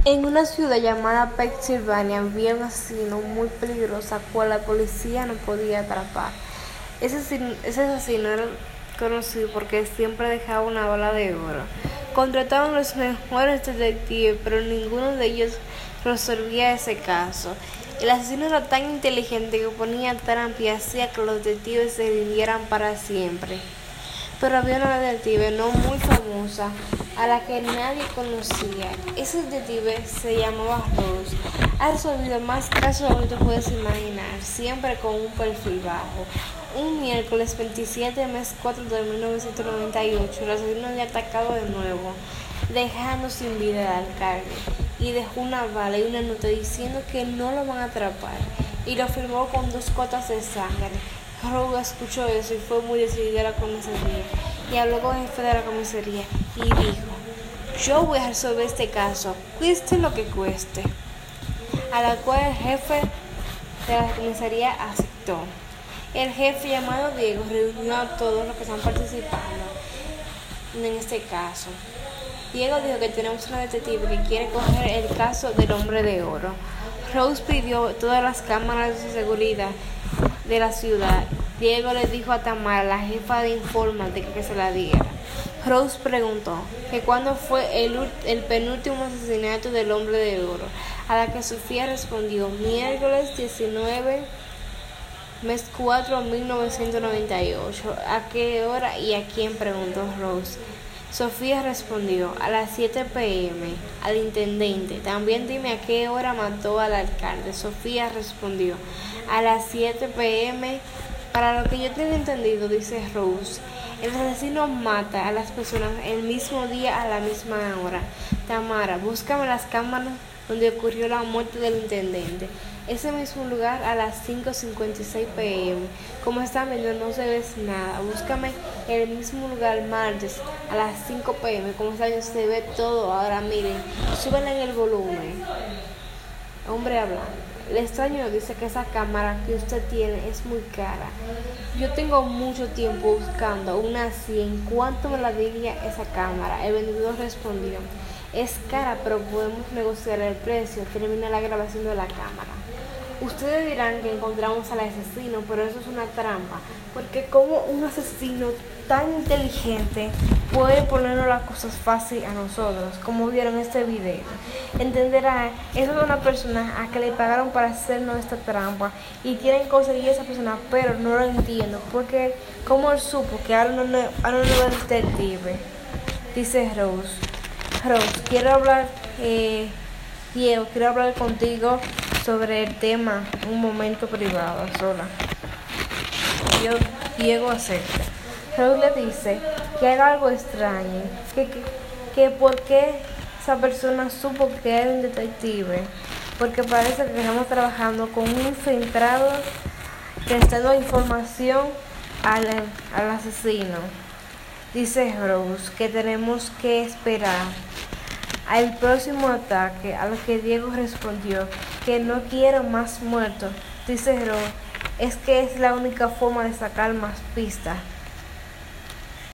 En una ciudad llamada Pennsylvania había un asesino muy peligroso al cual la policía no podía atrapar. Ese asesino era conocido porque siempre dejaba una bala de oro. Contrataban los mejores detectives, pero ninguno de ellos resolvía ese caso. El asesino era tan inteligente que ponía trampa y hacía que los detectives se rindieran para siempre. Pero había una detective no muy famosa a la que nadie conocía. Ese detective se llamaba Rose. Ha resolvido más casos de lo que te puedes imaginar, siempre con un perfil bajo. Un miércoles 27 de mes 4 de 1998, el asesino había atacado de nuevo, dejando sin vida al alcalde, y dejó una bala y una nota diciendo que no lo van a atrapar, y lo firmó con 2 gotas de sangre. Rose escuchó eso y fue muy decidida a la comisaría, y habló con el jefe de la comisaría y dijo: yo voy a resolver este caso, cueste lo que cueste. A la cual el jefe de la comisaría aceptó. El jefe, llamado Diego, reunió a todos los que están participando en este caso. Diego dijo que tenemos una detective que quiere coger el caso del hombre de oro. Rose pidió todas las cámaras de seguridad de la ciudad. Diego le dijo a Tamara, la jefa de informática, que se la diera. Rose preguntó que cuándo fue el penúltimo asesinato del hombre de oro, a la que Sofía respondió: miércoles 19, mes 4, 1998. ¿A qué hora y a quién?, preguntó Rose. Sofía respondió: a las 7 p.m. al intendente. También dime a qué hora mató al alcalde. Sofía respondió: a las 7 p.m. Para lo que yo tengo entendido, dice Rose, el asesino mata a las personas el mismo día a la misma hora. Tamara, búscame las cámaras donde ocurrió la muerte del intendente. Ese mismo lugar a las 5:56 p.m. Como están viendo, no se ve nada. Búscame el mismo lugar martes a las 5 p.m. Como están viendo, se ve todo. Ahora miren, súbenle en el volumen. Hombre hablando. El extraño dice que esa cámara que usted tiene es muy cara. Yo tengo mucho tiempo buscando una así. ¿En cuánto me la diría esa cámara? El vendedor respondió: es cara, pero podemos negociar el precio. Termina la grabación de la cámara. Ustedes dirán que encontramos al asesino, pero eso es una trampa, porque como un asesino tan inteligente puede ponernos las cosas fácil a nosotros, como vieron en este video. Entenderá, eso es una persona a que le pagaron para hacernos esta trampa y quieren conseguir a esa persona, pero no lo entiendo, porque como él supo que ahora no es detective. Dice Rose, quiero hablar, Diego, quiero hablar contigo sobre el tema, un momento privado, sola. Diego acepta. Rose le dice que haga algo extraño, que por qué esa persona supo que era un detective, porque parece que estamos trabajando con un infiltrado que está dando información al asesino. Dice Rose que tenemos que esperar al próximo ataque, a lo que Diego respondió que no quiero más muertos. Dice Rose, es que es la única forma de sacar más pistas.